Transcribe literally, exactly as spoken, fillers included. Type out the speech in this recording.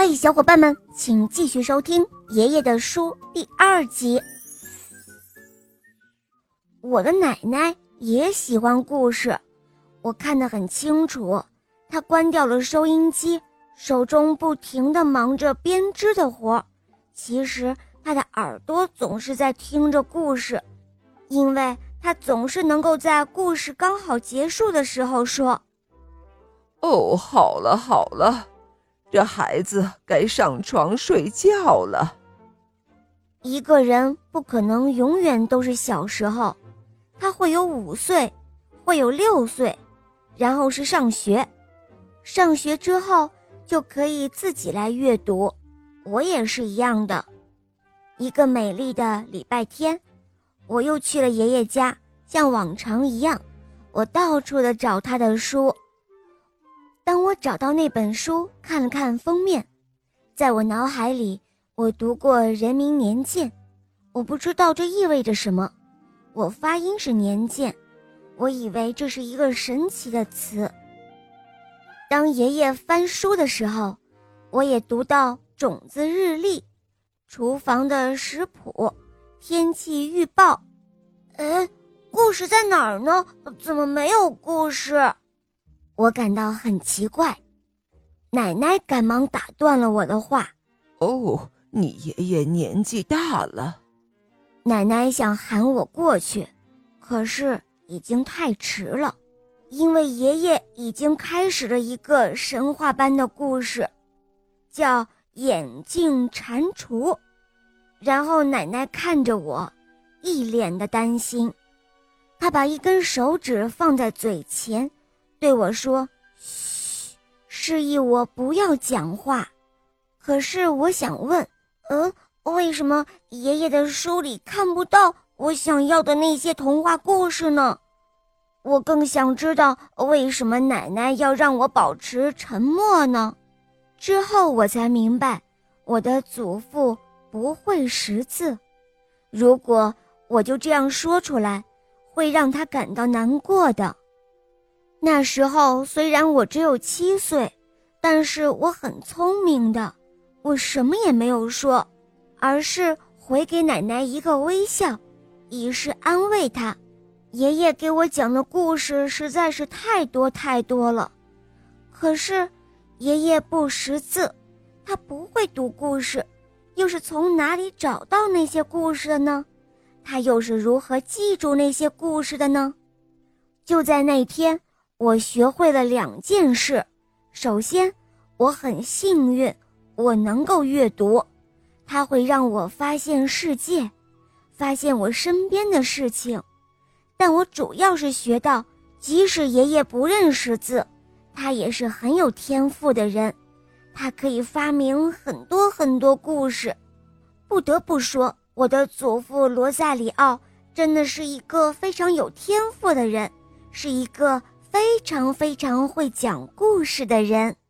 嗨，小伙伴们，请继续收听爷爷的书第二集。我的奶奶也喜欢故事，我看得很清楚，她关掉了收音机，手中不停地忙着编织的活，其实她的耳朵总是在听着故事，因为她总是能够在故事刚好结束的时候说： 哦，好了好了，这孩子该上床睡觉了。 一个人不可能永远都是小时候，他会有五岁，会有六岁，然后是上学。上学之后就可以自己来阅读，我也是一样的。一个美丽的礼拜天，我又去了爷爷家，像往常一样，我到处的找他的书。当我找到那本书，看了看封面，在我脑海里，我读过人民年鉴，我不知道这意味着什么。我发音是年鉴，我以为这是一个神奇的词。当爷爷翻书的时候，我也读到种子日历、厨房的食谱、天气预报。哎，故事在哪儿呢？怎么没有故事？我感到很奇怪，奶奶赶忙打断了我的话。 哦，你爷爷年纪大了。 奶奶想喊我过去，可是已经太迟了，因为爷爷已经开始了一个神话般的故事，叫眼镜蟾蜍。然后奶奶看着我，一脸的担心，她把一根手指放在嘴前，对我说：嘘，示意我不要讲话。可是我想问，呃，为什么爷爷的书里看不到我想要的那些童话故事呢？我更想知道为什么奶奶要让我保持沉默呢？之后我才明白，我的祖父不会识字，如果我就这样说出来，会让他感到难过的。那时候虽然我只有七岁，但是我很聪明的，我什么也没有说，而是回给奶奶一个微笑，以示安慰她。爷爷给我讲的故事实在是太多太多了，可是爷爷不识字，他不会读故事，又是从哪里找到那些故事的呢？他又是如何记住那些故事的呢？就在那天，我学会了两件事。首先，我很幸运，我能够阅读，它会让我发现世界，发现我身边的事情。但我主要是学到，即使爷爷不认识字，他也是很有天赋的人，他可以发明很多很多故事。不得不说，我的祖父罗萨里奥真的是一个非常有天赋的人，是一个非常非常会讲故事的人。